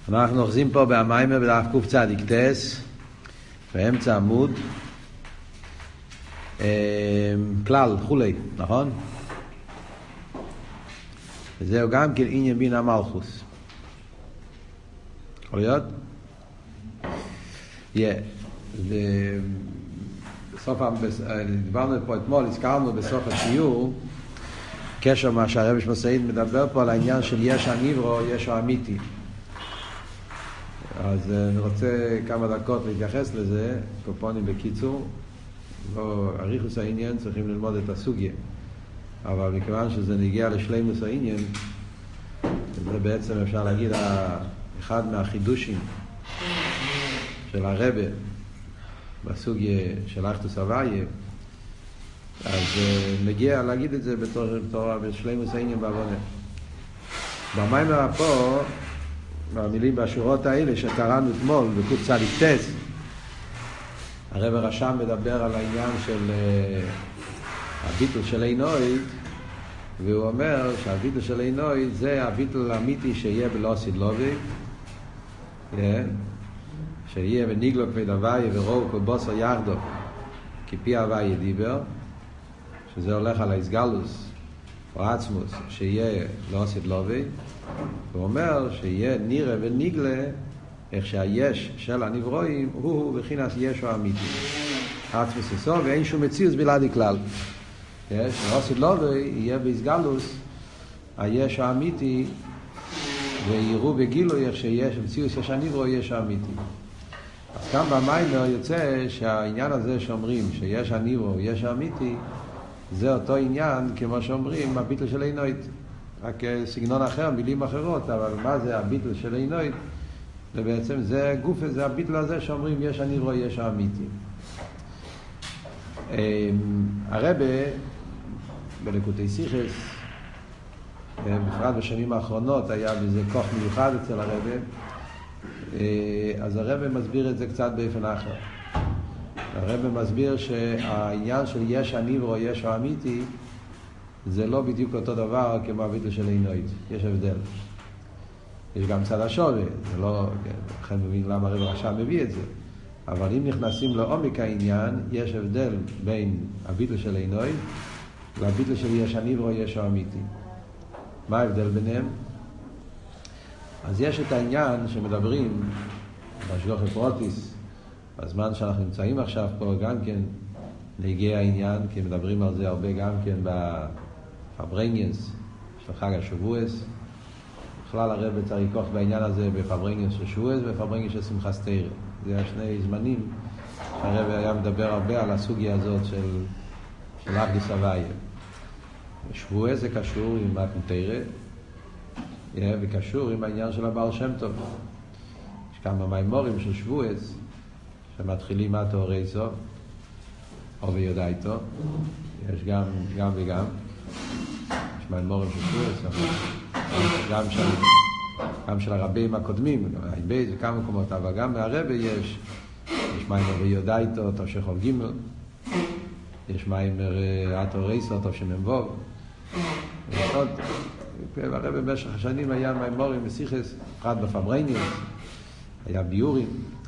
אנחנו אוחזים פה במיימר בדף קצ"ט, באמצע עמוד, כלל, חולי, נכון? וזהו גם כן עניין בינה מלכוס. יכול להיות? דיברנו פה אתמול, הזכרנו בסוף השיעור, קשר מה שהרבי שמסעיד מדבר פה על העניין של יש הנברו, יש האמיתי. אז אני רוצה כמה דקות להתייחס לזה, קופונים בקיצור, לא אריכוס העניין, צריכים ללמוד את הסוגיה. אבל מכיוון שזה נגיע לשלימוס העניין, זה בעצם אפשר להגיד אחד מהחידושים של הרבי בסוגיה של אחדות הוויה. אז נגיע להגיד את זה בתור בשלימוס העניין בעוונה. במיימר פה, במילים בשורות האלה שקראנו אתמול בקצ"ט, הרב רש"ם מדבר על העניין של הביטול של עינוי, והוא אומר שהביטול של עינוי זה הביטול האמיתי שיהיה בלא סדלובי, שיהיה ונגלוק ודווי ורוב כל בוסר יחדו כפי הווי דיבר, שזה הולך על ההסגלוס או עצמוס שיהיה לא סדלובי. הוא אומר שיהיה נראה ונגלה איך שהיש של הנברואים הוא בחינת ישו האמיתי עצמוס יסוד, ואין שום מציאות בלעדי כלל. לא סדלובי יהיה בהסגלוס היש האמיתי, ויראו בגילוי איך שיש מציאות יש הנברוא יש האמיתי. אז כאן במיימר יוצא שהעניין הזה שאומרים שיש הנברוא יש האמיתי, זה אותו עניין כמו שאומרים הביטול של עינוי, רק סגנון אחר, מילים אחרות. אבל מה זה הביטול של עינוי? זה בעצם זה גוף, זה הביטול הזה שאומרים יש הנברוא יש האמיתי. הרבי בליקוטי שיחס, בפרט בשנים האחרונות היה בזה כוח מיוחד אצל הרבי, אז הרבי מסביר את זה קצת באופן אחר. הרבי מסביר שהעניין של יש הנברוא יש האמיתי זה לא בדיוק אותו דבר כמו הביטול של עינוי, יש הבדל. יש גם צד השווה, זה לא, לכן מבין למה הרב רש"ם מביא את זה. אבל אם נכנסים לעומק העניין, יש הבדל בין הביטול של עינוי והביטול של יש הנברוא יש האמיתי. מה ההבדל ביניהם? אז יש את העניין שמדברים בהשגחה פרוטיס, בזמן שאנחנו נמצאים עכשיו פה גם כן נגיע העניין, כי מדברים על זה הרבה גם כן בפברנגנס של חג השבועס. בכלל הרב צריך לקוח בעניין הזה בפברנגנס של שבועס ובפברנגנס של שמחת תורה. זה השני זמנים שהרב היה מדבר הרבה על הסוגיה הזאת של אחדות הוויה. שבועס זה קשור עם מתן תורה וקשור עם העניין של הבעל שם טוב. יש כמה מימורים של שבועס שמתחילים מהתורה סוף או ויודע איתו, יש גם וגם, יש מימורים של שבועס, גם של הרבים הקודמים, היבייז וכמה מקומות, אבל גם מהרבי יש מימור ויודע איתו, טוב שחול ג', יש מימור התורה סוף, טוב שמנבוב, והרבי במשך השנים היה מימורים בשיחס, פרט בפברנגנס, היה ביורים,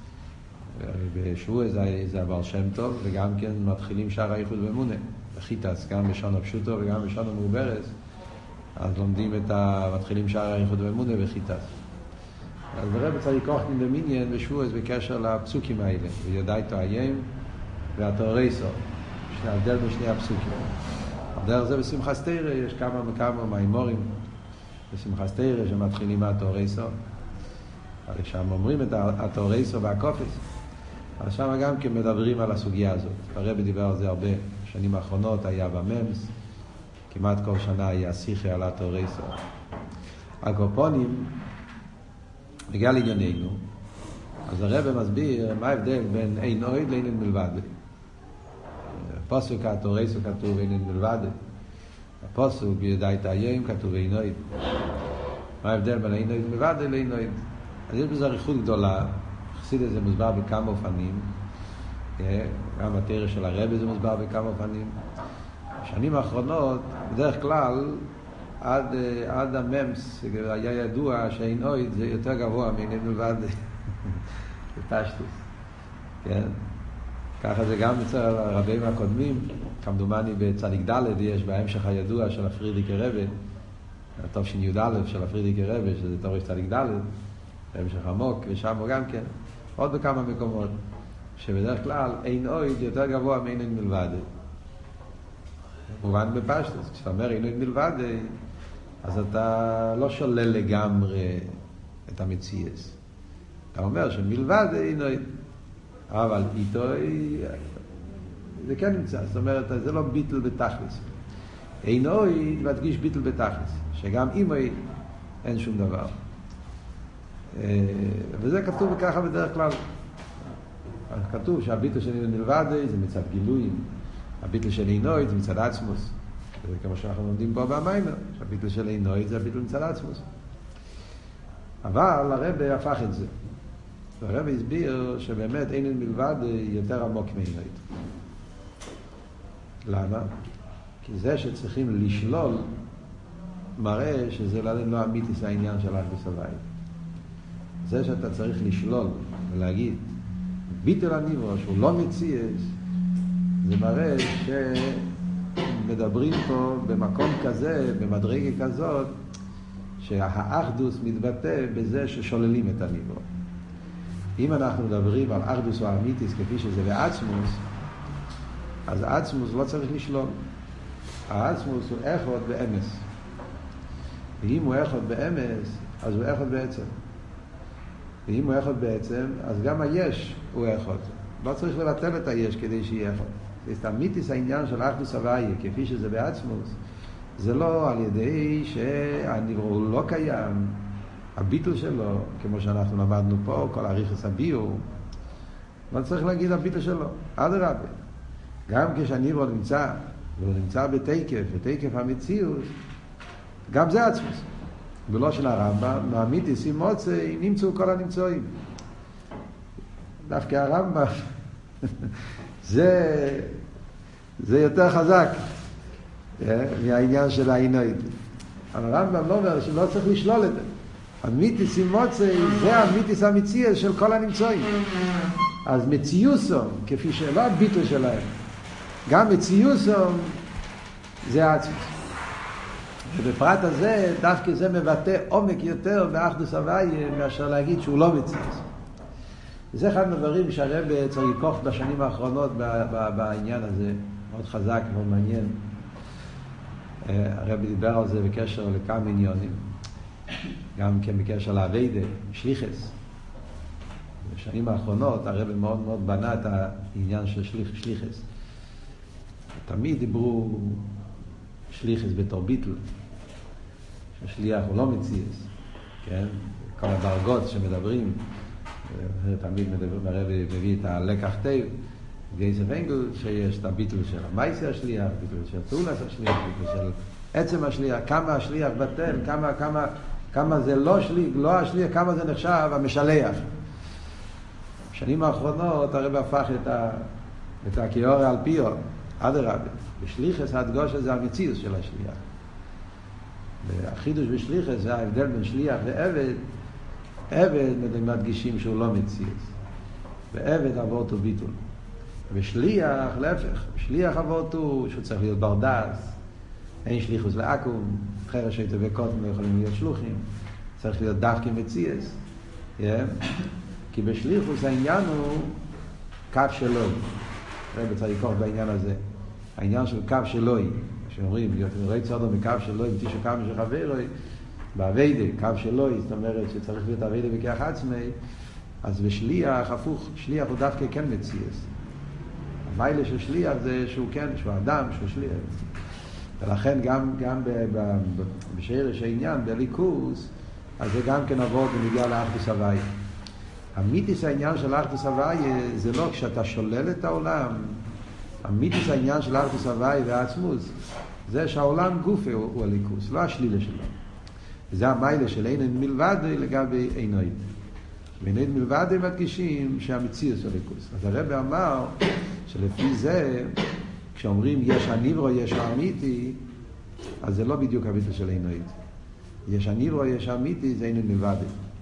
בשבוע זה הבעל שם טוב, וגם כן מתחילים שער הייחוד ואמונה בחיטס, גם בשון הפשוטו וגם בשון המעוברס, אז לומדים מתחילים שער הייחוד ואמונה בחיטס. אז ברב צריך לקוח במניין בשבוע בקשר לפסוקים האלה, ויודע איתו הים והתורה סוף, ההבדל בשני הפסוקים. הדרך זה בשמחת תורה, יש כמה מימורים בשמחת תורה שמתחילים מהתורה סוף, אבל שם אומרים את התורה סוף והקופס. אז שם גם כן מדברים על הסוגיה הזאת. הרבי דיבר על זה הרבה. בשנים האחרונות היה בממס, כמעט כל שנה היה שיחה על התורה סוף. הקופונים, בגלל ענייננו, אז הרבי מסביר מה ההבדל בין אין אוהד לאין מלבד. הפסוק התורה סוף כתוב אין מלבד. הפסוק ביודע את היום כתוב אין אוהד. מה ההבדל בין אין אוהד מלבד לאין אוהד? אז יש בזה אריכות גדולה. חסידות זה מוסבר בכמה אופנים, גם התורה של הרבי זה מוסבר בכמה אופנים. בשנים האחרונות, בדרך כלל, עד הממס היה ידוע שאין אויד זה יותר גבוה מעין מלבד בפשטוס, כן? ככה זה גם אצל הרבים הקודמים, כמדומני בצדיק ד' יש בהמשך הידוע של הפרידיקי רבי, הטוב שי"א של הפרידיקי רבי, שזה תורש צדיק ד', בהמשך עמוק, ושם גם כן, עוד בכמה מקומות, שבדרך כלל אין אויד יותר גבוה מעין אין מלבד. מובן בפשטוס, כשאתה אומר אין אין מלבד, אז אתה לא שולל לגמרי את המציאס. אתה אומר שמלבד אין אויד. אבל איתו זה כן נמצא, זאת אומרת, זה לא ביטל בתכלס. אין אויד מדגיש ביטל בתכלס, שגם אם אין שום דבר. וזה כתוב ככה בדרך כלל. כתוב שהביטל של אין מלבד זה מצד גילויים, הביטל של אין אויד זה מצד עצמוס. זה כמו שאנחנו לומדים פה במיימר, שהביטל של אין אויד זה הביטל מצד עצמוס. אבל הרב הפך את זה. והרב הסביר שבאמת אין מלבד יותר עמוק מאינויד. למה? כי זה שצריכים לשלול מראה שזה לא אמיתיס העניין של אחדות הוויה. זה שאתה צריך לשלול ולהגיד ביטל הניברו שהוא לא מציאס, זה מראה שמדברים פה במקום כזה, במדרגה כזאת, שהאחדוס מתבטא בזה ששוללים את הניברו. אם אנחנו מדברים על אחדוס או אמיתיס כפי שזה בעצמוס, אז העצמוס לא צריך לשלול. העצמוס הוא אחד באמס. ואם הוא אחד באמס, אז הוא אחד בעצם. ואם הוא אחד בעצם, אז גם היש הוא אחד. לא צריך לבטל את היש כדי שיהיה אחד. זאת אמיתיס העניין של אחדוס הוויה כפי שזה בעצמוס, זה לא על ידי שהנברוא הוא לא קיים, הביטל שלו, כמו שאנחנו למדנו פה, כל הריחס הביור, לא צריך להגיד הביטל שלו, אדרבה. גם כשהנברוא נמצא, והוא נמצא בתקף, ותקף המציאות, גם זה עצמוס. ולא של הרמב"ם, מאמיתיס עם מוצא, נמצאו כל הנמצאים. דווקא הרמב"ם, זה יותר חזק מהעניין של העינויד. אבל הרמב"ם לא אומר שלא צריך לשלול את זה. אמיתיס עם מוצא זה אמיתיס המציאות של כל הנמצאים. אז מציוסום, כפי שלא הביטל שלהם, גם מציוסום זה עצמוס. ובפרט הזה, דווקא זה מבטא עומק יותר באחדוס הוויה מאשר להגיד שהוא לא מציאס. וזה אחד מהדברים שהרב צריך לקוח בשנים האחרונות בעניין הזה, מאוד חזק, מאוד מעניין. הרב דיבר על זה בקשר לכמה עניונים, גם כן בקשר לעבודה, שליחס. בשנים האחרונות הרב מאוד מאוד בנה את העניין של שליחס. תמיד דיברו שליחס בתור ביטל, ששליח הוא לא מציאס, כן? כל הדרגות שמדברים, תמיד מדברים, הרב מביא את הלקח טייב, גייסף אנגל, שיש את הביטל של המייסי השליח, ביטל של תאולס השליח, ביטל של עצם השליח, כמה השליח בטל, כמה זה לא שליח, לא השליח, כמה זה נחשב המשלח. בשנים האחרונות הרב הפך את הקיאורה על פיו, אדרבה, בשליחס הדגוש הזה המציאוס של השליח. והחידוש בשליחס זה ההבדל בין שליח ועבד. עבד מדגישים שהוא לא מציאוס. ועבד עבורתו ביטול. ושליח, להפך, שליח עבורתו שהוא צריך להיות ברדס. אין שליחוס לעקום, אחרי שהייתו וקוטם לא יכולים להיות שלוחים. צריך להיות דווקא מציאוס. כי בשליחוס העניין הוא קו שלו. רבי צריך לקוח בעניין הזה. העניין של קו שלוי, שאומרים, ראי צודו מקו שלוי, תישו קו שחברוי, בעבדה, קו שלוי, זאת אומרת שצריך להיות עבדה בכך עצמי, אז בשליח, הפוך, שליח הוא דווקא כן מציאס. המיילה של שליח זה שהוא כן, שהוא אדם, שהוא שליח. ולכן גם בשרש העניין, בליכוס, אז זה גם כן עבוד ונגיע לאחדוס הוויה. אמיתיס העניין של אחדוס הוויה זה לא כשאתה שולל את העולם, אמיתיס העניין של אחדוס הוויה והעצמוס זה שהעולם גופה הוא הליכוס, לא השלילה שלו. וזה המיילה של אין מלבד לגבי אינויד. ואינויד מלבד הם מדגישים שהמציאות הוא הליכוס. אז הרב אמר שלפי זה, כשאומרים יש הניברו, יש האמיתי, אז זה לא בדיוק הביטול של עינויד. יש הנברא, יש אמיתי, זה עינויד מלבד.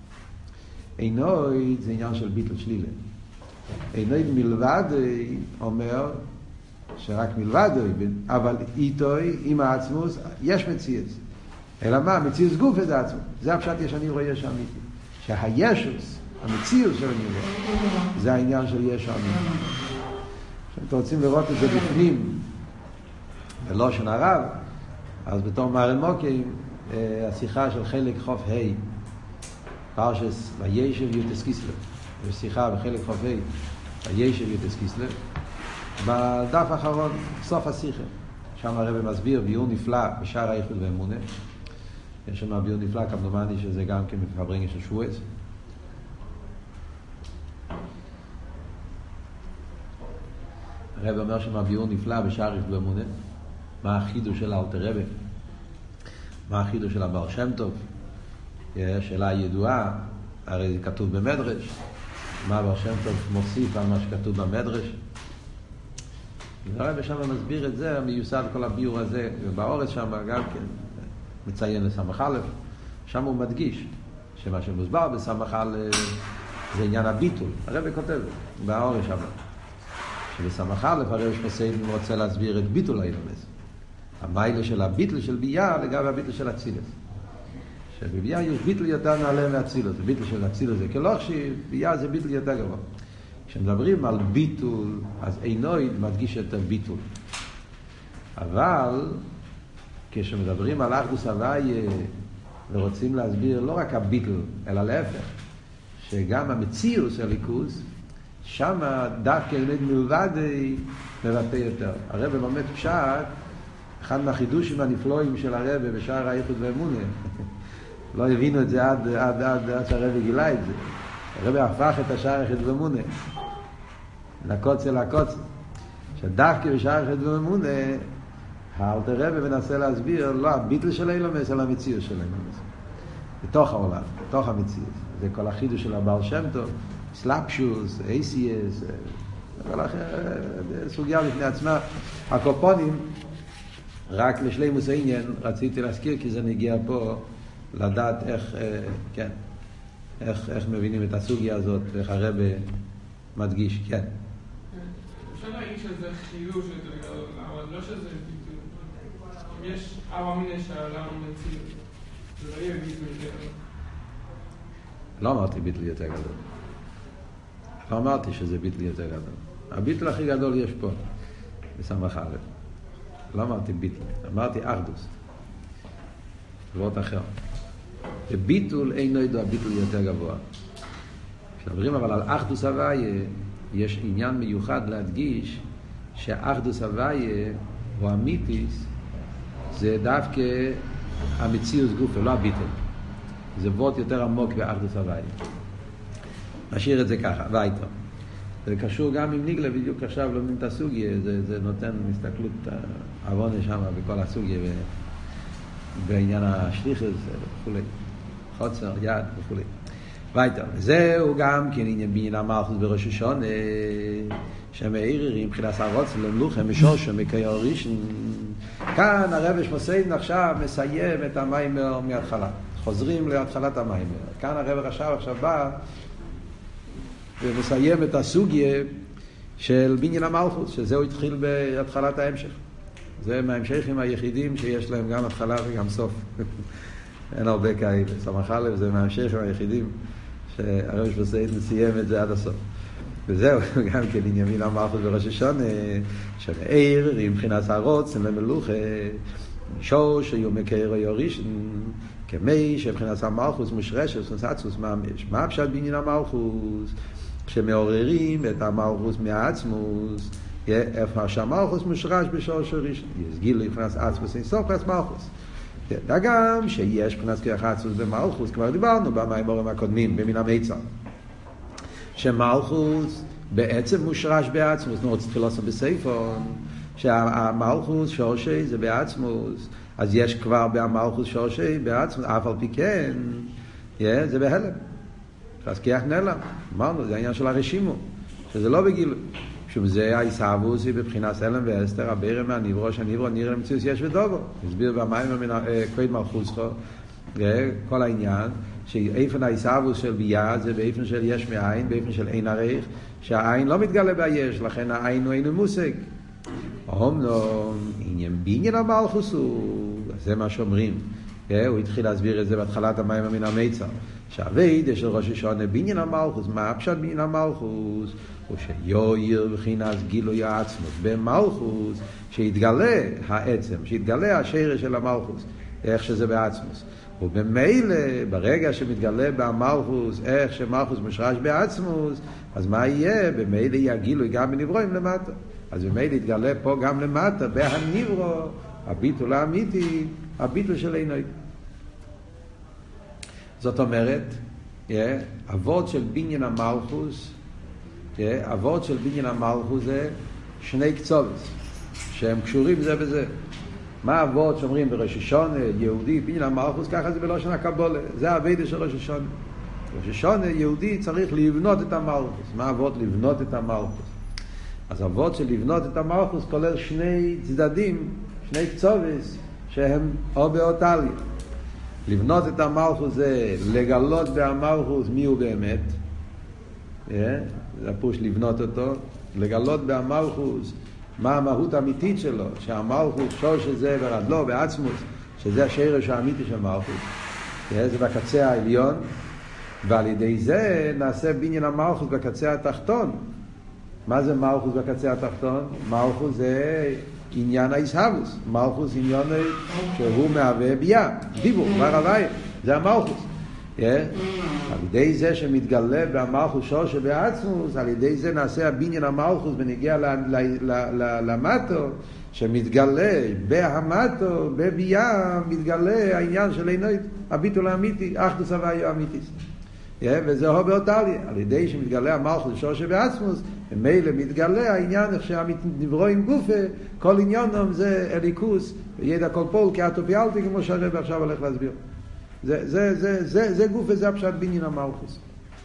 עינויד זה עניין של ביטול שלילה. עינויד מלבד אומר שרק מלבד, אבל איתוי, עם העצמוס, יש מציאס. אלא מה? מציאס גוף זה עצמוס. זה הפשט יש הנברא, יש אמיתי. שהישוס, המציאוס של הנברא, זה העניין של יש אמיתי. כשאתם רוצים לראות את זה בפנים, בלושן הרב, אז בתור מרמוקים, השיחה של חלק חוף ה' פרשס וישב יוטס קיסלב, יש שיחה בחלק חוף ה' וישב יוטס קיסלב, בדף האחרון, סוף השיחה, שם הרב מסביר ביור נפלא בשער הייחוד ואמונה. יש שם ביור נפלא, כמדומני שזה גם כן מפברנגה של שבועס. הרב אומר שם ביור נפלא בשער הייחוד ואמונה, מה החידוש של האלטר רבי, מה החידוש של הבעל שם טוב. שאלה ידועה, הרי זה כתוב במדרש, מה הבעל שם טוב מוסיף על מה שכתוב במדרש. הרב שם מסביר את זה, מיוסד כל הביור הזה, ובאורץ שם גם כן מציין לסמך א', שם הוא מדגיש שמה שמוסבר בסמך א' זה עניין הביטול. הרב כותב באורץ שם שבסמך א' הרב שפסיידן רוצה להסביר את ביטול האילומס, המיילה של הביטל של בייה לגבי הביטל של אצילס. שבבייה יש ביטל יותר נעלה מאצילס, ביטל של אצילס זה כלוך שבייה זה ביטל יותר גבוה. כשמדברים על ביטול, אז עינויד מדגיש את הביטול. אבל כשמדברים על אחדוס הוויה ורוצים להסביר לא רק הביטל, אלא להפך, שגם המציאוס הליכוז, שם דווקא עינויד מלבד מבטא יותר. הרב באמת פשט, אחד מהחידושים הנפלואים של הרב בשער הייחוד ואמונה, לא הבינו את זה עד שהרב גילה את זה. הרב הפך את השער הייחוד ואמונה לקוצה לקוצה, שדווקא בשער הייחוד ואמונה האלטר רבי מנסה להסביר לא הביטל של אילומס אלא המציאות של אילומס בתוך העולם, בתוך המציאות. זה כל החידוש של הבעל שם טוב, סלאפשוס, ACS, סוגיה בפני עצמה. הקופונים רק לשלימוס העניין רציתי להזכיר, כי זה נגיע פה לדעת איך מבינים את הסוגיה הזאת, ואיך הרב מדגיש. כן. אפשר להגיד שזה חידוש יותר גדול, אבל לא שזה ביטול. אם יש אמינה שהעולם מציאות, זה לא יהיה ביטול יותר גדול. לא אמרתי ביטול יותר גדול. לא אמרתי שזה ביטול יותר גדול. הביטול הכי גדול יש פה, בסמך א'. לא אמרתי ביטול, אמרתי אחדוס. דבר אחר. בביטול אינו ידוע ביטול יותר גבוה. כשמדברים אבל על אחדוס הוויה, יש עניין מיוחד להדגיש שהאחדוס הוויה או המיתיס זה דווקא המציאות גופה, לא הביטול. זה וורט יותר עמוק באחדוס הוויה. נשאיר את זה ככה, ואיתו. זה קשור גם עם ניגלה, בדיוק עכשיו לומדים את הסוגיה, זה נותן מסתכלות עוונה שם בכל הסוגיה בעניין השליחס וכו', חוצר, יד וכו'. ואיתו, זהו גם כן עניין בעניין המלכות בראש השונה, שמאירים מבחינת הרוץ למלוכה משושו מקייר ראשון. כאן הרב שמסיידן עכשיו מסיים את המיימר מההתחלה, חוזרים להתחלת המיימר. כאן הרב עכשיו בא ומסיים את הסוגיה של בניין המלכות, שזהו התחיל בהתחלת ההמשך. זה מההמשכים היחידים שיש להם גם התחלה וגם סוף. אין הרבה כאלה. סמך א' זה מההמשכים היחידים שהרב שמסיידן סיים את זה עד הסוף. וזהו, גם כן עניין המלכות בראש השונה, שמאיר מבחינת הרוץ למלוכה, שוש יום קייר ראשון, כמי שבחינת המלכות מושרשת וסנסצוס ממש. מה פשט בעניין המלכות? שמעוררים את המלכות מהעצמוס, איפה שהמלכות מושרש בשורש ראשון. יש גיל מבחינת עצמוס אין סוף פרס מלכות. גם שיש מבחינת כוח עצמוס במלכות, כבר דיברנו במאמרים הקודמים, במן המיצר. שמלכות בעצם מושרש בעצמוס, נורא תפילוסם בסייפון, שהמלכות שורשי זה בעצמוס, אז יש כבר במלכות שורשי בעצמוס, אף על פי כן, זה בהלם. אז כיח נעלם, אמרנו, זה העניין של הרשימו, שזה לא בגילוי. שום זה הישאבוס בבחינת אלם ואסתר, הבירה מהנברו שהנברו נראה למציאות יש ודובו. הסביר במים כבד מלכוסכו, כל העניין, שאיפן הישאבוס של ביה זה באיפן של יש מאין, באיפן של אין ערך, שהעין לא מתגלה ביש, לכן העין הוא אינו מושג. עניין בעניין המלכוס זה מה שאומרים. הוא התחיל להסביר את זה בהתחלת המים מן המיצר, שהווידה של ראש השונה בעניין המלכוס, מה הפשט בעניין המלכוס? הוא שיועיר בחינת גילוי העצמות במלכוס, שיתגלה העצם, שיתגלה השרש של המלכוס, איך שזה בעצמוס. ובמילא, ברגע שמתגלה במלכוס, איך שמלכוס משרש בעצמוס, אז מה יהיה? במילא יהיה גילוי גם בנברואים למטה. אז במילא יתגלה פה גם למטה, בהנברו, הביטול האמיתי, הביטול של עינוי. זאת אומרת, אבות של בניין המלכוס, אבות של בניין המלכוס זה שני קצוות, שהם קשורים זה בזה. מה אבות שאומרים בראש השונה, יהודי, בניין המלכוס, ככה זה בלושן הקבלה, זה הווידה של ראש השונה. ראש השונה, יהודי צריך לבנות את המלכוס. מה אבות לבנות את המלכוס? אז אבות של לבנות את המלכוס כולל שני צדדים, שני קצוות, שהם או באותליה. לבנות את המלכוס זה לגלות במלכוס מי הוא באמת, זה הפוש לבנות אותו, לגלות במלכוס מה המהות האמיתית שלו, שהמלכוס שור שזה ורדלו בעצמוס, שזה השרש האמיתי של מלכוס, זה בקצה העליון, ועל ידי זה נעשה בניין המלכוס בקצה התחתון. מה זה מלכוס בקצה התחתון? מלכוס זה עניין הישהבוס, מלכוס עניין שהוא מהווה ביה, דיבור, דבר הווי, זה המלכוס. על ידי זה שמתגלה במלכוס שור שבעצמוס, על ידי זה נעשה הבניין המלכוס ונגיע למטו, שמתגלה בהמטו, בביה, מתגלה העניין של עינוי, הביטול האמיתי, אחדוס הוויה האמיתית. וזהו באותליה, על ידי שמתגלה המלכוס שור שבעצמוס, ומילא מתגלה העניין איך שהנברוא עם גופה, כל עניונם זה אליקוס, וידע כל פול כאטופיאלטי, כמו שהרב עכשיו הולך להסביר. זה גוף וזה הפשט בניין המלכוס.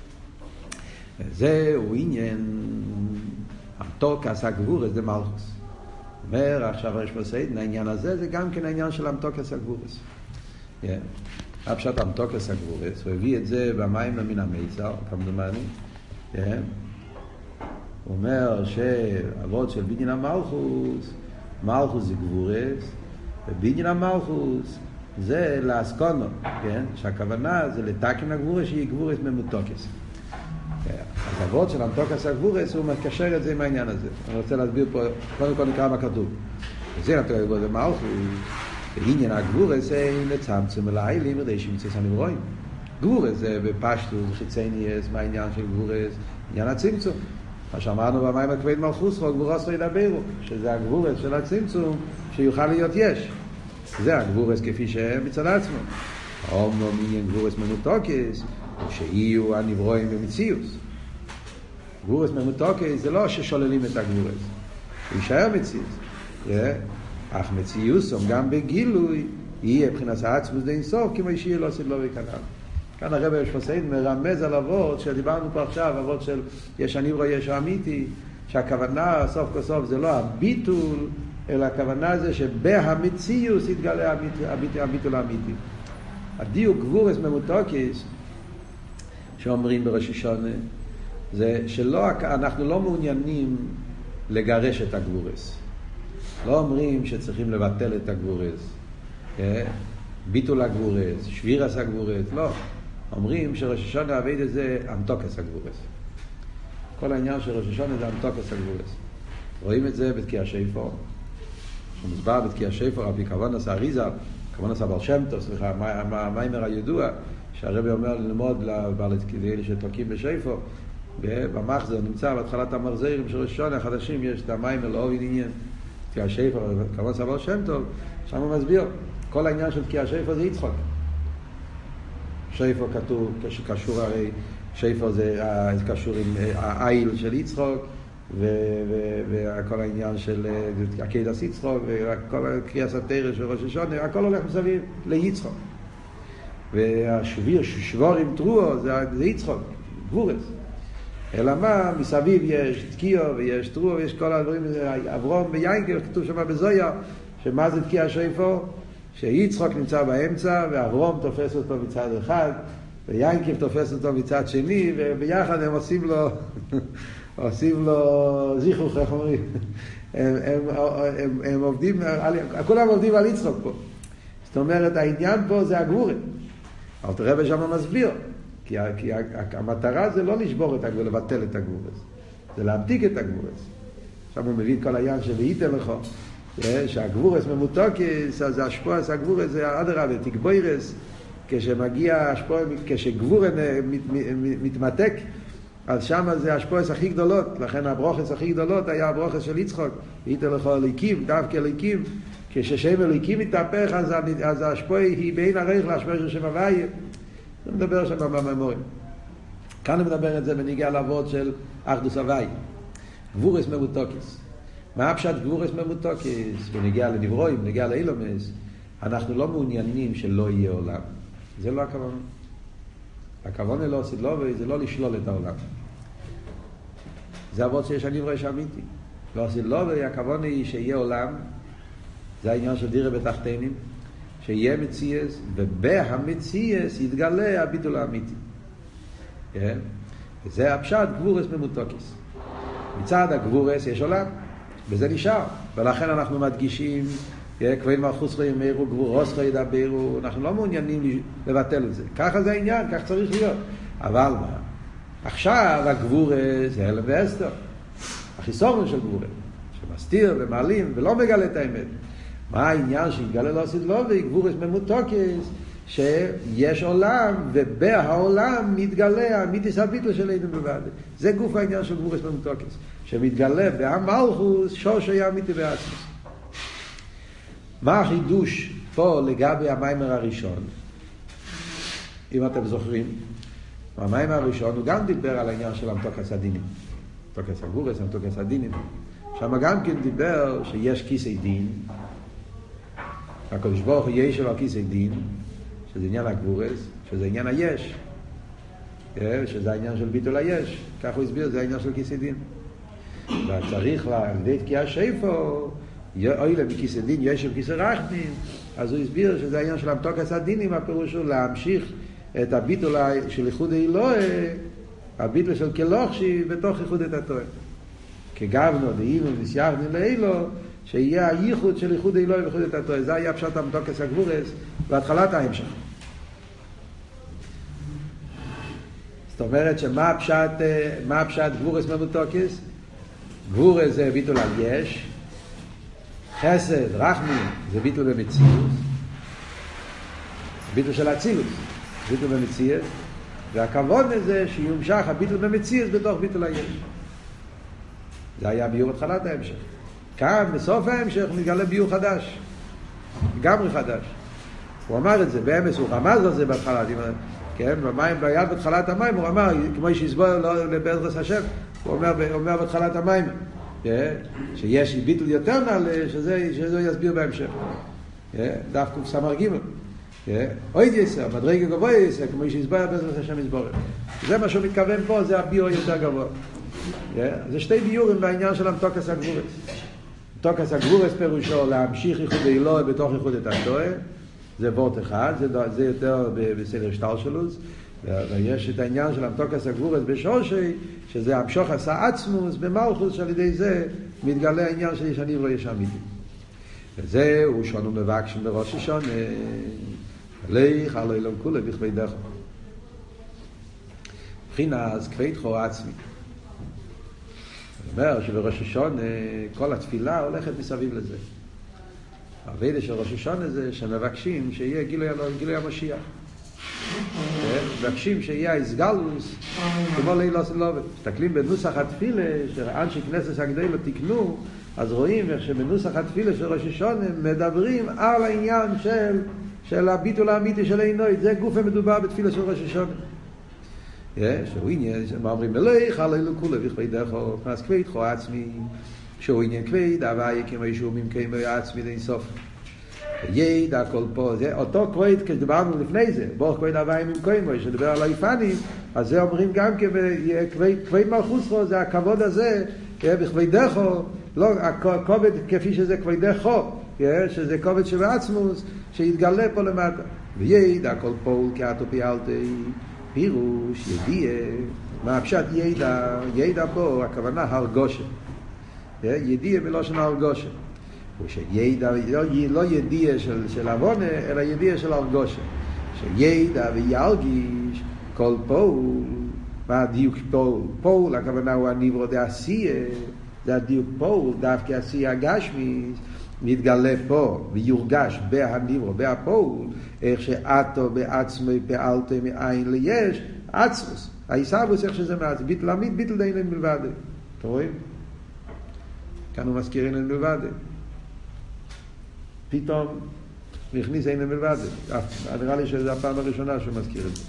זהו עניין המתוקס הגבורס זה מלכוס. אומר עכשיו הרש מסעידן, העניין הזה זה גם כן העניין של המתוקס הגבורס. הפשט המתוקס הגבורס, הוא הביא את זה במים מן המיצר, כמדומני. הוא אומר שאבות של בניין המלכוס, מלכוס זה גבורס, ובניין המלכוס זה לאסקונו, כן? שהכוונה זה לתקן הגבורס שהיא גבורס ממותוקס. אז אבות של המתוקס הגבורס הוא מקשר את זה עם העניין הזה. אני רוצה להסביר פה, קודם כל נקרא מה כתוב. זה נתקע הגבורס זה מלכוס, ועניין הגבורס אין לצמצם אליי לימדי שמצוס הנברואים. גבורס זה בפשטוס, חיצייניאס, מה העניין של גבורס? עניין הצמצום. מה שאמרנו במים הכבד מלכוסו, גבורס לא ידברו, שזה הגבורס של הצמצום שיוכל להיות יש. זה הגבורס כפי שהם מצד עצמו. אומנו עניין גבורס ממותוקס, שיהיו הנברואים במציאוס. גבורס ממותוקס זה לא ששוללים את הגבורס, הוא יישאר מציאוס. אך מציאוסום גם בגילוי יהיה מבחינת העצמוס די אינסוף, כמו שיהיה לא עושים לו וכנל. כאן הרב ישפוסיין מרמז על אבות שדיברנו פה עכשיו, אבות של יש הנברוא יש האמיתי, שהכוונה סוף כל סוף זה לא הביטול, אלא הכוונה זה שבהמציאוס יתגלה הביטול האמיתי. הדיוק גבורס ממותוקס שאומרים בראש השונה זה שלא, אנחנו לא מעוניינים לגרש את הגבורס. לא אומרים שצריכים לבטל את הגבורס, ביטול הגבורס, שבירס הגבורס, לא. אומרים שראש השונה עבד את זה המתוקס הגבורס. כל העניין של ראש השונה זה המתוקס הגבורס. רואים את זה בתקיע שפר. שמוסבר בתקיע שפר, רבי כוונס האריזל, כוונס הבעל שם טוב, סליחה, המיימר הידוע, שהרבי אומר ללמוד לאלה שתוקים בשפר, במחזר נמצא בהתחלת המחזרים של ראש השונה החדשים, יש את המיימר לאובי עניין, תקיע שפר, כוונס הבעל שם טוב, שם הוא מסביר, כל העניין של תקיע שפר זה יצחוק. שפר כתוב, קשור הרי, שפר זה קשור עם העיל של יצחוק, וכל העניין של עקדת יצחוק, וכל קריאת התורה של ראש השונה, הכל הולך מסביב ליצחוק. והשביר, שבור עם טרוע, זה יצחוק, גבורס. אלא מה, מסביב יש תקיעו ויש טרוע ויש כל הדברים, אברום ויינקל, כתוב שם בזויה, שמה זה תקיע שופר? שיצחק נמצא באמצע, ואברום תופס אותו מצד אחד, ויינקל תופס אותו מצד שני, וביחד הם עושים לו זיכרוך, איך אומרים? הם עובדים, כולם עובדים על יצחק פה. זאת אומרת, העניין פה זה הגבורה. אבל תראה בשם מסביר, כי המטרה זה לא לשבור את הגבורה, לבטל את הגבורה, זה להמתיק את הגבורה. עכשיו הוא מביא את כל העניין שוויתן לך, שהגבורס ממותוקס, אז השפועס הגבורס זה אדרבה, תגבוירס, כשמגיע השפוע, כשגבורן מתמתק, אז שם זה השפועס הכי גדולות, לכן הברוכס הכי גדולות היה הברוכס של יצחק, ויתן לך אליקים, דווקא אליקים, כששם אליקים מתהפך, אז השפוע היא בין הרייך להשפוע של שם הוויה. זה מדבר שם בממורים. כאן הוא מדבר את זה בניגיע לעבוד של אחדוס הוויה. גבורס ממותוקס. מה הפשט גבורס ממותוקס? בניגיע לנברואים, בניגיע לאילומס, אנחנו לא מעוניינים שלא יהיה עולם. זה לא הכוונה. הכוונה לא עושה לא, וזה לא לשלול את העולם. זה עבוד שיש הנברא שאמיתי. לא עושה לא, והכוונה היא שיהיה עולם. זה העניין של דירה בתחתינים. שיהיה מציאס, ובהמציאס יתגלה הביטול האמיתי. וזה הפשט גבורס ממותוקס. מצד הגבורס יש עולם, וזה נשאר. ולכן אנחנו מדגישים, כבוד מלכוס חיים מהירו, גבורוס חיים ידברו, אנחנו לא מעוניינים לבטל את זה. ככה זה העניין, כך צריך להיות. אבל מה? עכשיו הגבורס זה הלם ואסתר. החיסורן של גבורס, שמסתיר ומעלים ולא מגלה את האמת. מה העניין שיתגלה לא עשית לו, וגבורס ממותוקס, שיש עולם, ובהעולם מתגלה המיתיס הביטל של אידם בלבד. זה גוף העניין של גבורס ממותוקס, שמתגלה בהמלכוס שורשי האמיתי בעצמוס. מה החידוש פה לגבי המיימר הראשון? אם אתם זוכרים, המיימר הראשון הוא גם דיבר על העניין של המתוקס הדינים. המתוקס הגבורס, המתוקס הדינים. שם גם כן דיבר שיש כיסי דין, הקדוש ברוך הוא יש לו כיסי דין, שזה עניין הגבורס, שזה עניין היש, שזה העניין של ביטול היש, כך הוא הסביר, זה העניין של כיסי דין. וצריך להגדיל תקיע שפר, אוי להם כיסי דין, יש בכיסי רחמים, אז הוא הסביר שזה העניין של המתוקס הדינים, הפירוש הוא להמשיך את הביטול של ייחוד האלוה, הביטול של כלוכשי בתוך ייחוד את התורה. כגבנו דהינו וסייחנו לאלו, שיהיה הייחוד של ייחוד האלוה וייחוד את התורה. זה היה פשט המתוקס הגבורס בהתחלת ההמשך. זאת אומרת שמה הפשט גבורס ממותוקס? גבורס זה ביטול על יש, חסד, רחמים זה ביטול במציאות, ביטול של אצילוס, ביטול במציאות, והכוון הזה שיומשך הביטול במציאות בתוך ביטול היש. זה היה ביור התחלת ההמשך. כאן בסוף ההמשך מתגלה ביור חדש, גמרי חדש. הוא אמר את זה, באמס הוא רמז על זה בהתחלת, כן, במים, ביד בתחלת המים הוא אמר, כמו שיסבור בעזרת השם, הוא אומר בתחלת המים, שיש ביטול יותר נעלה, שזה יסביר בהמשך. דף קוף סמר גימל. אויד יסר, מדרגה גבוה יסר, כמו שיסבור בעזרת השם יסבור. זה מה שהוא מתכוון פה, זה הביור יותר גבוה. זה שתי ביורים בעניין של המתוקס הגבורס. מתוקס הגבורס פירושו להמשיך ייחוד האלוה בתוך ייחוד את התורה, זה וורט אחד, זה יותר בסדר שטר שלוס, ויש את העניין של המתוקס הגבורס בשורשי, שזה המשוך עשה עצמוס במלכוס, שעל ידי זה מתגלה העניין של יש הנברא יש אמיתי. וזהו שונו מבקשים בראש השונה, לך על אילום כולה בכבי דרך. מבחינת כבדך עצמי. זאת אומרת שבראש השונה כל התפילה הולכת מסביב לזה. העבודה של ראש השונה זה שמבקשים שיהיה גילוי המשיח. מבקשים שיהיה הסגלוס כמו לילה סלובת. מסתכלים בנוסח התפילה שאנשי כנסת הגדולה תקנו, אז רואים איך שבנוסח התפילה של ראש השונה מדברים על העניין של הביטול האמיתי של העינוי. זה גוף המדובר בתפילה של ראש השונה. שהוא עניין, מה אומרים מלך, הללו כולה וכבי דרכו, אז כבד חו עצמי, שהוא עניין כבד, הווי כמו ישהו ממקיים עצמי די סוף. ידע הכל פה, זה אותו כבד כשדברנו לפני זה, בורך כבד הווי ממקיים, שדבר על היפנים, אז זה אומרים גם כבד מלכוסו, זה הכבוד הזה, בכבדךו, לא הכובד כפי שזה כבדךו, שזה כובד שבעצמוס, שיתגלה פה למטה. וידע כל פועל כאתו פיאלתי, פירוש ידיע. מה הפשט ידע? ידע פה, הכוונה הרגושה. ידיע מלושן הרגושה. ושידע, לא ידיע של עוונה, אלא ידיע של הרגושה. שידע וירגיש כל פועל, מה הדיוק פועל? פועל, הכוונה הוא הניברו דעשייה, זה הדיוק פועל, דווקא עשייה הגשמיס, מתגלה פה ויורגש בהניברו, בהפועל, איך שעתו בעצמו פעלתו מאין ליש, עצמוס. הישאבוס איך שזה מעצ, ביטל עמית, ביטל דינן מלבד. אתם רואים? כאן הוא מזכיר אינן מלבד. פתאום נכניס אינן מלבד. נראה לי שזו הפעם הראשונה שהוא מזכיר את זה.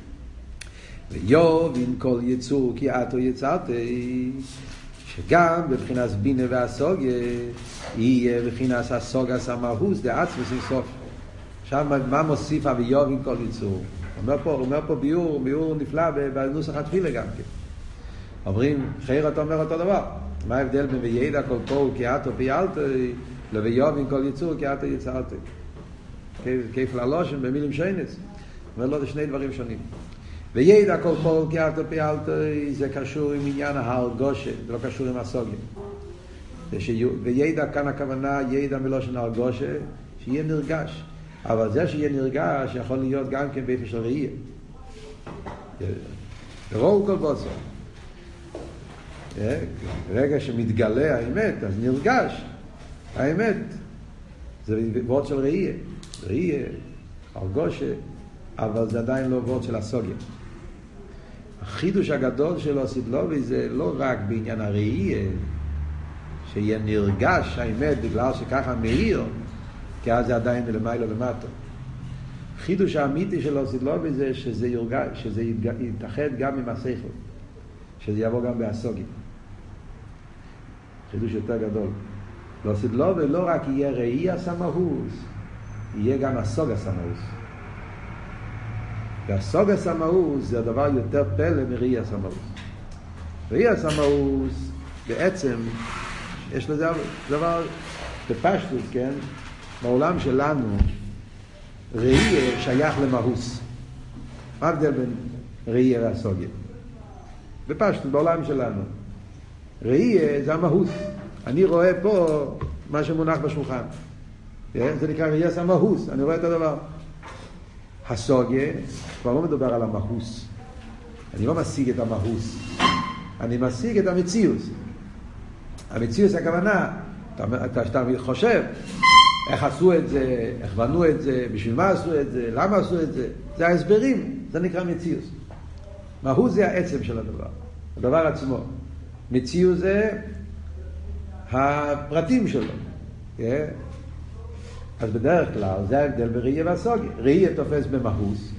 ויובין כל יצור כי עתו יצרתי, שגם בבחינת בינה והסוגיה יהיה בבחינת הסוגיה סמאוס דעצמוס אינסוף. עכשיו מה מוסיף ויובין כל יצור? אומר פה ביור נפלא בנוסח התפילה גם כן. אומרים, חייר אתה אומר אותו דבר. מה ההבדל בין וידע כל פועל כי עתו פיאלתו לוויובין כל יצור כי עתו יצרתי? כיף ללושן במילים שיינס. אומר לו, זה שני דברים שונים. וידע כל פועל כי עתו פיאלתו זה קשור עם עניין ההרגושה, זה לא קשור עם הסוגיה. וידע כאן הכוונה, ידע מלושן הרגושה, שיהיה נרגש. אבל זה שיהיה נרגש יכול להיות גם כן באופן של ראייה. ראו כל בוצר. רגע שמתגלה האמת, אז נרגש האמת. זה וורד של ראייה. ראייה, הרגושה, אבל זה עדיין לא וורד של הסוגיה. החידוש הגדול שלו סדלובי זה לא רק בעניין הראייה, שיהיה נרגש האמת בגלל שככה מאיר, כי אז זה עדיין מלמעלה למטה. חידוש האמיתי שלו סדלובי זה שזה יתאחד גם עם השכל, שזה יבוא גם בהסוגיה. חידוש יותר גדול. לא סדלובי לא רק יהיה ראי הסמאוס, יהיה גם הסוגיה סמאוס. והסוגיה סמאוס זה הדבר יותר פלא מראי הסמאוס. ראי הסמאוס בעצם יש לזה דבר בפשטות, כן? בעולם שלנו ראייה שייך למהוס. מה ההבדל בין ראייה והסוגיה? בפשטות בעולם שלנו ראייה זה המהוס. אני רואה פה מה שמונח בשולחן, זה נקרא ראייה זה המהוס, אני רואה את הדבר. הסוגיה כבר לא מדבר על המהוס, אני לא משיג את המהוס, אני משיג את המציאות. המציאות הכוונה, אתה חושב איך עשו את זה, איך בנו את זה, בשביל מה עשו את זה, למה עשו את זה, זה ההסברים, זה נקרא מציאות. מהו זה העצם של הדבר, הדבר עצמו. מציאות זה הפרטים שלו. אז בדרך כלל זה ההבדל בראייה והסוגיה. ראייה תופס במהוס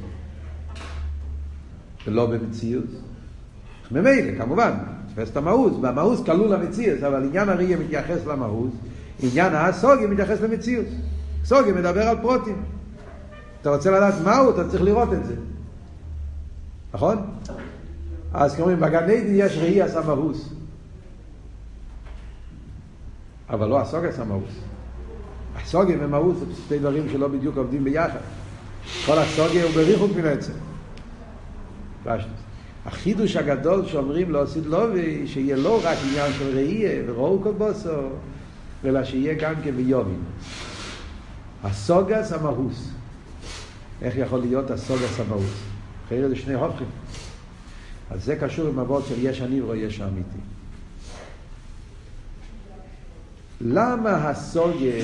ולא במציאות. ממילא כמובן תופס את המהוס, והמהוס כלול למציאות, אבל עניין הראייה מתייחס למהוס, עניין הסוגיה מתייחס למציאות. סוגיה מדבר על פרוטים. אתה רוצה לדעת מהו, אתה צריך לראות את זה. נכון? אז כלומר, בגן עדן יש ראי הסמאוס. אבל לא הסוגיה הסמאוס. הסוגיה ומהוס זה שתי דברים שלא בדיוק עובדים ביחד. כל הסוגיה הוא בריחוק מן העצם. החידוש הגדול שאומרים לו סדלובי, שיהיה לא רק עניין של ראייה וראו כל בוסו, אלא שיהיה גם כביובין. הסוגיה סמאוס. איך יכול להיות הסוגיה סמאוס? אחרי זה שני הופכים. אז זה קשור עם עבוד של יש הניברו, יש האמיתי. למה הסוגיה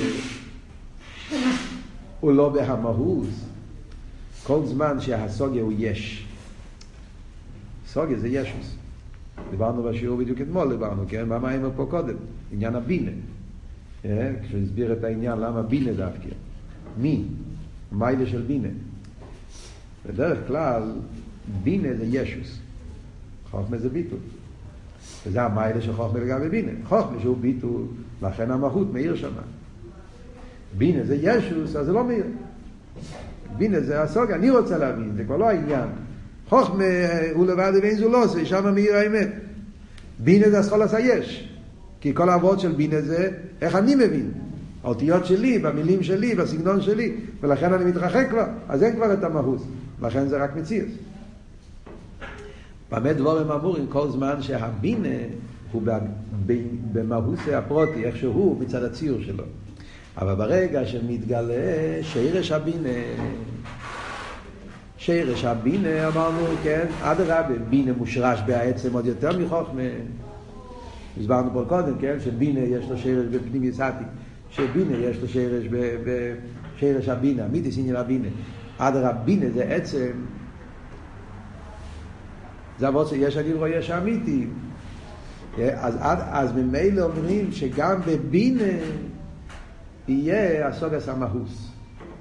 הוא לא בהמהות? כל זמן שהסוגיה הוא יש. סוגיה זה ישוס. דיברנו בשיעור בדיוק אתמול, כן? מה היינו פה קודם? עניין הבינה. כשהוא הסביר את העניין, למה בינה דווקא? מי? מיילה של בינה. בדרך כלל, בינה זה ישוס. חוכמה זה ביטול. וזה המיילה של חוכמה לגבי בינה. חוכמה שהוא ביטול, לכן המהות מאיר שמה. בינה זה ישוס, אז זה לא מאיר. בינה זה הסוגיה, אני רוצה להבין, זה כבר לא העניין חוכמה הוא לבד ואין זו לא עושה, שם מאיר האמת. בינה זה אסכולס היש. כי כל העבוד של בינה זה איך אני מבין. האותיות שלי, במילים שלי, בסגנון שלי, ולכן אני מתרחק כבר, אז אין כבר את המהות. לכן זה רק מציאות. באמת דבורים אמורים כל זמן שהבינה הוא במהות הפרוטי, איך שהוא מצד הציור שלו. אבל ברגע שמתגלה שרש הבינה אמרנו, כן, עד הרבה, בינה מושרש בעצם עוד יותר מחוכמה. הסברנו פה קודם, כן, שבינה יש לו שרש בפנים יסעתי, שבינה יש לו שרש בשרש הבינה, מיתיס עניין הבינה. עד הרבה, בינה זה עצם, זה עבוד שיש אני רואה יש אמיתי. אז ממילא אומרים שגם בבינה יהיה הסוגס המהוס.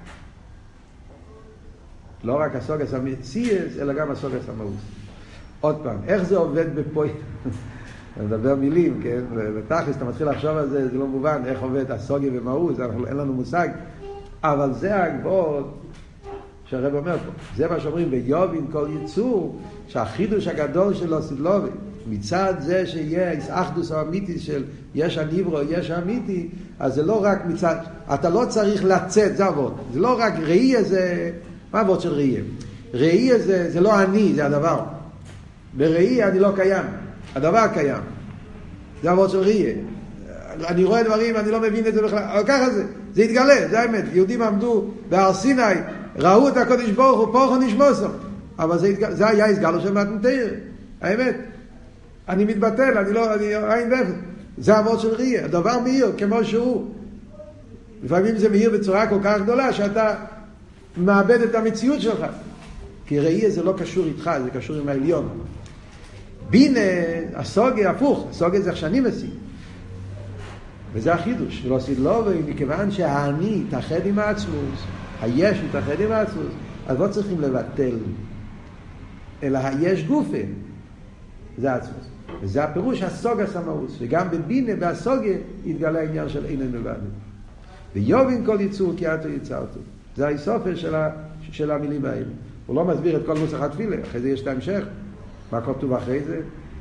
לא רק הסוגס המציאס, אלא גם הסוגס המהוס. עוד פעם, איך זה עובד בפוי? אני מדבר מילים, כן? ותכלס, אתה מתחיל לחשוב על זה, זה לא מובן, איך עובד הסוגי ומהוס, אין לנו מושג. אבל זה הגבוהות שהרב אומר פה. זה מה שאומרים, ויובין כל יצור, שהחידוש הגדול שלו סדלובי, מצד זה שיהיה אחדוס האמיתי של יש הניברו, יש האמיתי, אז זה לא רק מצד, אתה לא צריך לצאת, זה עבוד. זה לא רק ראי הזה, מה עבוד של ראי? ראי הזה, זה לא אני, זה הדבר. בראי אני לא קיים, הדבר קיים. זה עבוד של ראי. אני רואה דברים, אני לא מבין את זה בכלל, אבל ככה זה יתגלה, זה האמת. יהודים עמדו בהר סיני, ראו את הקודש ברוך הוא, פורחו נשמוסו. אבל זה היה הסגלו של מתנתר. האמת. אני מתבטל, אני עין ואפס. זה עבוד של ראי, הדבר מאיר כמו שהוא. לפעמים זה מאיר בצורה כל כך גדולה שאתה מאבד את המציאות שלך. כי ראי זה לא קשור איתך, זה קשור עם העליון. בינה, הסוגיה, הפוך, הסוגיה זה איך שאני משיג. וזה החידוש, ולא סדלובי, מכיוון שהאני תאחד עם העצמוס, היש מתאחד עם העצמוס, אז לא צריכים לבטל, אלא היש גופה, זה העצמוס. וזה הפירוש הסוגה סמאוס, וגם בבינה, בהסוגיה, יתגלה העניין של אין לבד. ויובין כל יצור כי אתו יצרתו. זה הסופר של המילים האלה. הוא לא מסביר את כל נוסח התפילה, אחרי זה יש את ההמשך. מה כתוב אחרי זה?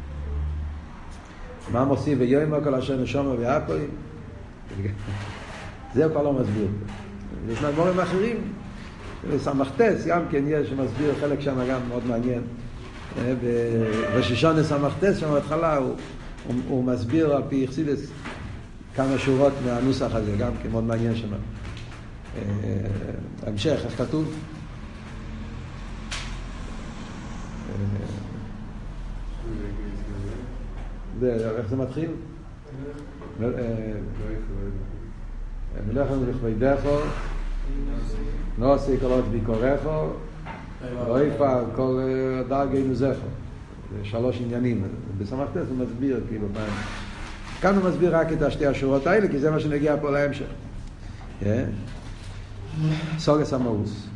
מה מוסיף ויאמר כל אשר נשמה ואפוים? זה הוא כבר לא מסביר. יש דברים אחרים. סמכתס גם כן יש שמסביר חלק שם גם מאוד מעניין. בראש השנה סמכתס שם בהתחלה הוא מסביר על פי חסידות כמה שורות מהנוסח הזה, גם כן מאוד מעניין שם. המשך, איך כתוב? איך זה מתחיל? מלך לנו לכבדךו, נעשה כל עוד ביקורךו, לא יפעל כל דרגי נוזךו. זה שלוש עניינים. בסמכתס הוא מסביר כאילו פעם. כאן הוא מסביר רק את השתי השורות האלה, כי זה מה שנגיע פה להמשך. סוגס המאוס.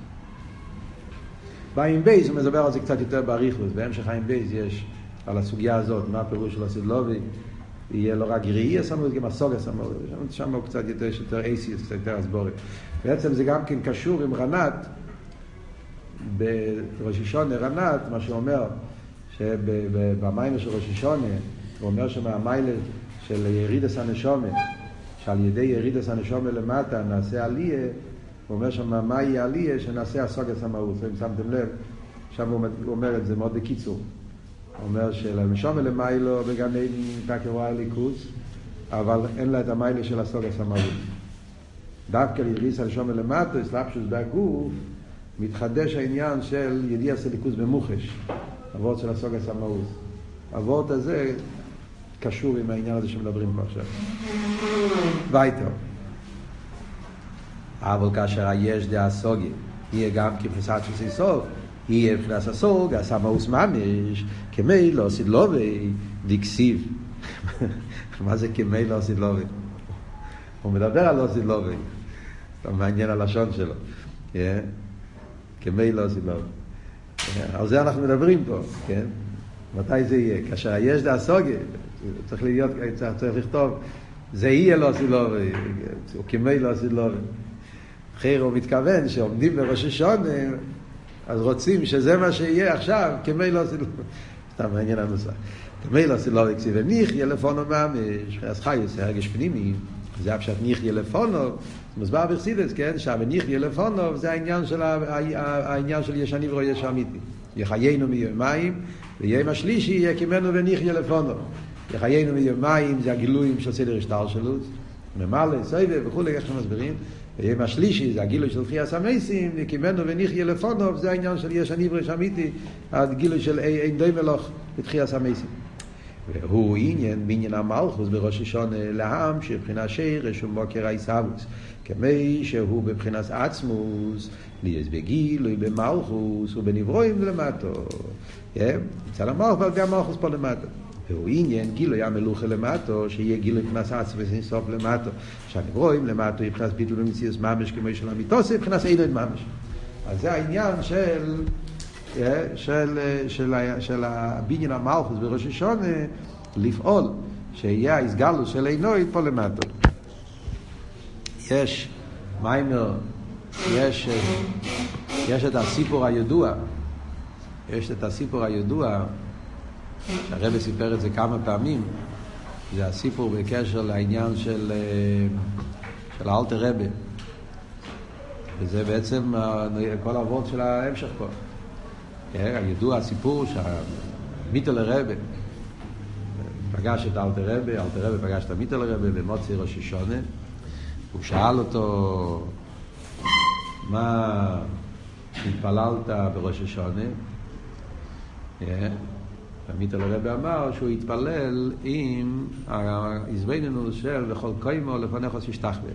באיים בייז הוא מדבר על זה קצת יותר באריכות. בהמשך האיים בייז יש על הסוגיה הזאת, מה הפירוש של הסדלובי, יהיה לא רק ראי הסמאוס, גם הסוגס המאוס. שם הוא קצת יותר אייסיס, קצת יותר הסבורי. בעצם זה גם כן קשור עם רנת, בראש השונה רנת, מה שאומר, שבמיילה של ראש השונה, הוא אומר שמהמיילה של ירידס הנשומה, שעל ידי ירידס הנשומה למטה נעשה עליה, הוא אומר שמה יהיה עליה שנעשה הסוגס המאוס. אם שמתם לב, שם הוא אומר את זה מאוד בקיצור. הוא אומר שלנשומה למיילו בגן עדן תקווה ליכוס, אבל אין לה את המיילה של הסוגס המאוס. דווקא לירידס הנשומה למטה, סלאפשוס בהגוף, מתחדש העניין של ידיע סליקוס במוחש, עבוד של הסוגס המאוס. העבוד הזה קשור עם העניין הזה שמדברים פה עכשיו. וייטר. אבל כאשר היש דעה סוגי, יהיה גם כפסת של סוף, יהיה פנס הסוג, הסמאוס ממש, כמי לא סדלובי, דקסיב. מה זה כמי לא סדלובי? הוא מדבר על לא סדלובי. זה מעניין הלשון שלו. כמי לא סדלובי. על זה אנחנו מדברים פה, כן? מתי זה יהיה? כאשר היש דעה סוגי, צריך להיות, צריך לכתוב, זה יהיה לא סדלובי, או כמי לא סדלובי. אחר הוא מתכוון שעומדים בראש השונה, אז רוצים שזה מה שיהיה עכשיו, כמי לא עושה, סתם מעניין הנוסח. כמי לא עושה לא יקציב וניחיה לפונו ממש, אז חי עושה הרגש פנימי, זה הפשט ניחיה לפונו, מוסבר בחסידות, כן? שהניחיה לפונו, זה העניין של יש הנברא יש אמיתי. יחיינו מיומיים, ויום השלישי יקימנו וניחיה לפונו. יחיינו מיומיים, זה הגילויים של סדר השתלשלות, ממלא, סבב וכו', איך שמסבירים. ויום השלישי זה הגילוי של תחיית המתים, יקימנו וניחיה לפונו, זה העניין של יש הנברא יש אמיתי, הגילוי של אין די מלוך בתחיית המתים. והוא עניין בעניין המלכוס בראש השונה לעם שבחינה שרש ומוקר העיסאוויס כמי שהוא בבחינת עצמוס ליאס בגילוי במלכוס ובנברואים למטו אצל המלכוס גם מלכוס פה למטו. והוא עניין גילוי המלוכה למטו שיהיה גילוי מבחינת עצמוס ונסוף למטו שהנברואים למטו מבחינת ביטול ומציאוס ממש כמו של המיתוס מבחינת אינוד ממש. אז זה העניין של הבניין המלכוס בראש השונה לפעול שיהיה הסגלוס של עינוי פה למטה. יש מיימר, יש את הסיפור הידוע, שהרבא סיפר את זה כמה פעמים, זה הסיפור בקשר לעניין של האלטר רבא, וזה בעצם כל העבוד של ההמשך פה. הידוע הסיפור שהמיטל רבא פגש את אלתר רבא פגש את המיטל רבא במוצאי ראש השונה. הוא שאל אותו מה התפללת בראש השונה. המיטל רבא אמר שהוא התפלל עם ההזבנינוס של וכל קיימו לפניך שישתחווה.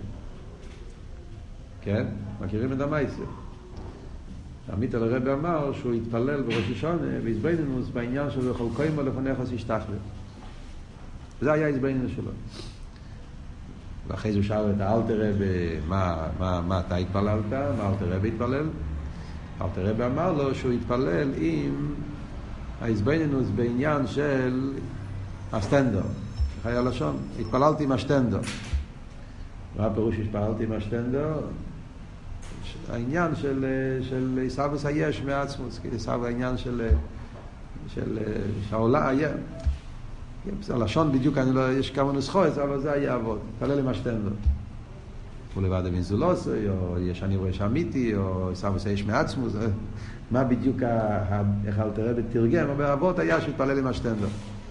כן? מכירים את המייסר? המיטל רבא אמר שהוא התפלל בראש השונה והזבנינוס בעניין של וכל קיימו לפניך שישתחווה. זה היה ההזבנינוס שלו. ואחרי זה הוא שאל את האלתר רבא מה אתה התפללת? מה אלתר רבא התפלל? אלתר רבא אמר לו שהוא התפלל עם ההזבנינוס בעניין של הסטנדר. חיי הלשון, התפללתי עם הסטנדר. מה הפירוש התפללתי עם הסטנדר? העניין של עיסאוויס היש מעצמוס, העניין של שהעולה היה. הלשון בדיוק, יש כמה נוסחויות, אבל זה היה עבוד. תפלל עם הסטנדר. הוא לבד המנזולוס, או יש אני רואה שאמיתי, או עיסאוויס היש מעצמוס. מה בדיוק איך אלתר רבא תרגם, אבל אבות היה שהתפלל עם הסטנדר.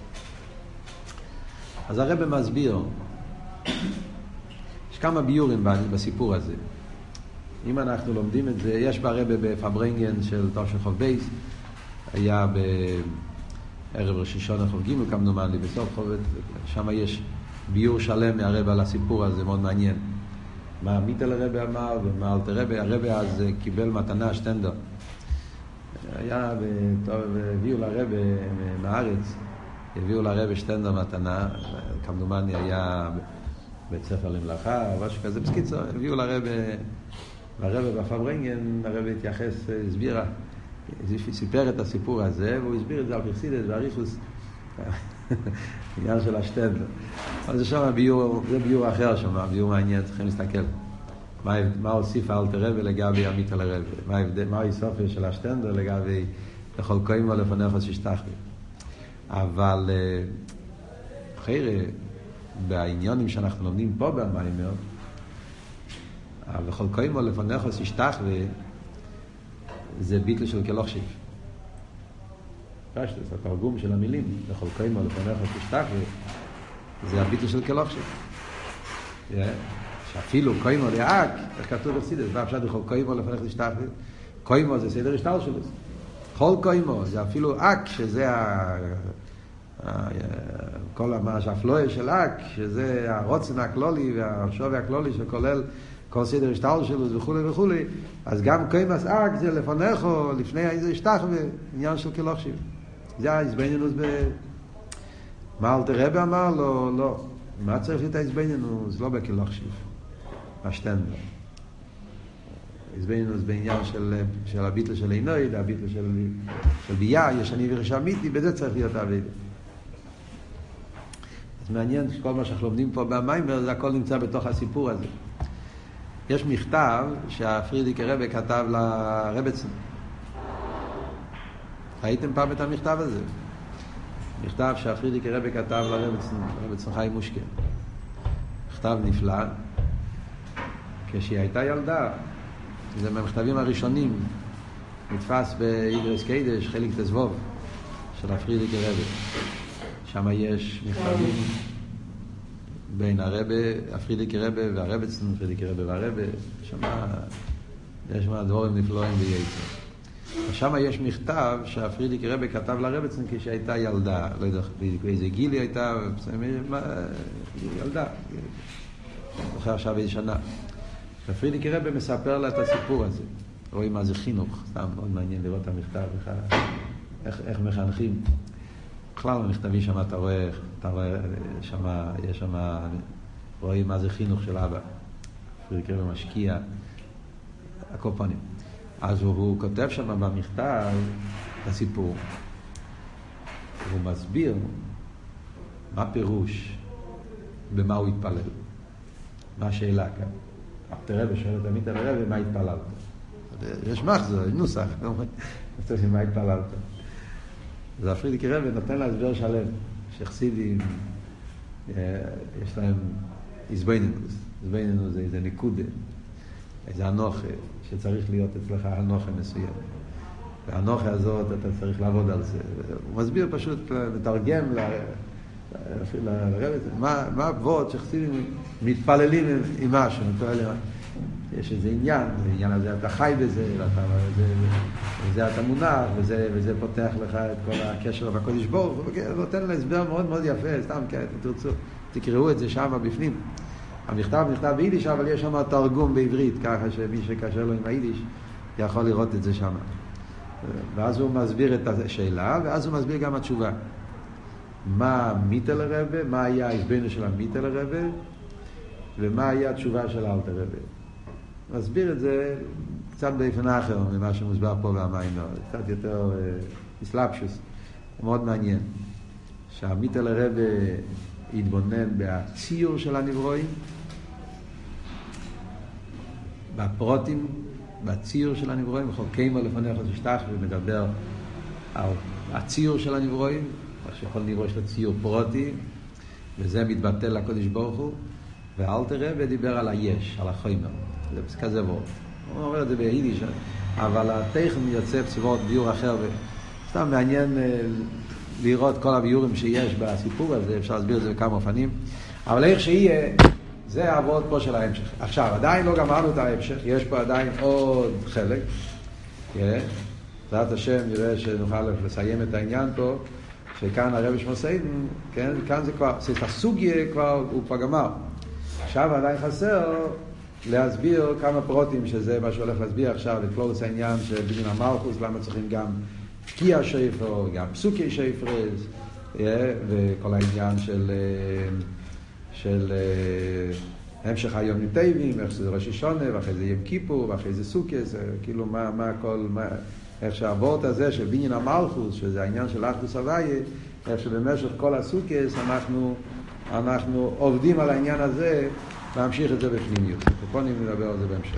אז הרבא מסביר, יש כמה ביורים בסיפור הזה. אם אנחנו לומדים את זה, יש ברבא בפברנגן של תושן חוב בייס, היה בערב ראש השונה חוב ג' כמדומני לי בסוף חוב, שם יש ביור שלם מהרבא על הסיפור הזה, מאוד מעניין. מה מיטל הרבא אמר ומה אלתר רבא, הרבא אז קיבל מתנה שטנדר. היה, הביאו לרבא מהארץ, הביאו לרבא שטנדר מתנה, כמדומני היה בית ספר למלאכה, משהו כזה, בסקיצור, הביאו לרבא, והרבא בפברנגן, הרבא התייחס, הסבירה, סיפר את הסיפור הזה, והוא הסביר את זה על פרסידס ואריכוס, עניין של השטנדר. אז זה שם ביור, זה ביור אחר שם, ביור מעניין, צריכים להסתכל. מה הוסיף אלתר רבא לגבי המיטל רבא? מה הסופר של השטנדר לגבי לכל קיימו לפניך שישתחווה? אבל אחרי, בעניונים שאנחנו לומדים פה במיימר, לכל קיימו לפניך שישתחווה, זה ביטל של כלוכשיב. פשטות, התרגום של המילים, לכל קיימו לפניך שישתחווה, זה הביטל של כלוכשיב. שאפילו קיימו לאק, איך כתוב בחסידות, ואפשר לכל קיימו לפניך שישתחווה, קיימו זה סדר השתלשלות. כל קיימו זה אפילו אק, שזה כל השפלויה של אק, שזה הרוצן הכלולי והשווי הכלולי שכולל כל סדר השתלשלות וכו' וכו'. אז גם קיימס אק זה לפניך, לפני איזה השתחווה, עניין של כלוכשיב. זה ההזבנינוס מה אלתר רבא אמר לו? לא. מה צריך את ההזבנינוס? לא בכלוכשיב. השטנדר. הזבנינוס בעניין של הביטל של עינוי, הביטל של ביה, יש אני וירש אמיתי, בזה צריך להיות העבודה. אז מעניין שכל מה שאנחנו לומדים פה במיימר, זה הכל נמצא בתוך הסיפור הזה. יש מכתב שהפרידיקי רבא כתב לרבצן. ראיתם פעם את המכתב הזה? מכתב שהפרידיקי רבי כתב לרבצן חיים מושקה. מכתב נפלא. כשהיא הייתה ילדה, זה מהמכתבים הראשונים, נתפס באיגרס קיידש, חלק תזבוב, של הפרידיקי רבי. שם יש מכתבים בין הפרידיקי רבי והרבצן, הפרידיקי רבי והרבי, שם יש מה דבורים נפלאים וייצר. ושם יש מכתב שהפרידיקי רבי כתב לרבצן כשהייתה ילדה, לא יודע איזה גיל היא הייתה, ילדה, זוכר עכשיו איזה שנה. הפרידיקי רבי מספר לה את הסיפור הזה. רואים מה זה חינוך, סתם מאוד מעניין לראות את המכתב, איך מחנכים. בכלל במכתבים שם אתה רואה שמה, יש שם, רואים מה זה חינוך של אבא. הפרידיקי רבי משקיע, הקופונים. אז הוא כותב שם במכתב את הסיפור. הוא מסביר מה פירוש, במה הוא התפלל. מה השאלה כאן. תראה ושואל את עמית על הרב ומה התפללת. יש מחזור, יש נוסח. מה התפללת. אז הפרידיקי רבי נותן לה הסבר שלם. שחסידים, יש להם איזבנינוס. איזבנינוס זה איזה נקודה. איזה אנוכה שצריך להיות אצלך אנוכה מסוים. והאנוכה הזאת אתה צריך לעבוד על זה. הוא מסביר פשוט, מתרגם לרב, מה עבוד שחסידים מתפללים עם משהו. יש איזה עניין, העניין הזה אתה חי בזה, וזה אתה מונח, וזה פותח לך את כל הקשר בקודש ברוך הוא, נותן לה הסבר מאוד מאוד יפה, סתם כן, תרצו, תקראו את זה שם בפנים. המכתב נכתב ביידיש, אבל יש שם תרגום בעברית, ככה שמי שקשר לו עם היידיש יכול לראות את זה שם. ואז הוא מסביר את השאלה, ואז הוא מסביר גם התשובה. מה מיטל הרבי, מה היה ההסבנו של המיטל הרבי, ומה היה התשובה של אלתר רבי. מסביר את זה קצת באופן אחר ממה שמוסבר פה במיימר, קצת יותר אסלאפשוס, מאוד מעניין. שהמיטל הרבי התבונן בציור של הנברואים, בפרוטים, בציור של הנברואים, וחוקיימו לפניך ושטח ומדבר על הציור של הנברואים, שכל נברוא יש לו ציור פרוטי, וזה מתבטל לקודש ברוך הוא, ואלתר רבי דיבר על היש, על החומר, זה כזה וורט. הוא אומר את זה ביידיש, אבל הטכן יוצא בצורות ביור אחר, וסתם מעניין לראות כל הביורים שיש בסיפור הזה, אפשר להסביר את זה בכמה אופנים, אבל איך שיהיה, זה העבוד פה של ההמשך. עכשיו, עדיין לא גמרנו את ההמשך, יש פה עדיין עוד חלק, בעזרת השם נראה שנוכל לסיים את העניין פה, שכאן הרבי שמוסיידן, כן, כאן זה כבר, הסוגיה כבר, הוא כבר גמר. עכשיו עדיין חסר להסביר כמה פרוטים, שזה מה שהולך להסביר עכשיו, לכלול את העניין של בניין המלכוס, למה צריכים גם תקיע שפר, גם פסוקי שפרס, וכל העניין של המשך היום נטייבים, איך שזה ראש השונה, ואחרי זה יום כיפור, ואחרי זה סוכס, כאילו איך שהעבוד הזה של בניין המלכוס, שזה העניין של אחדוס הוויה, איך שבמשך כל הסוכס אנחנו עובדים על העניין הזה, להמשיך את זה בפנימיות. ופה נדבר על זה בהמשך.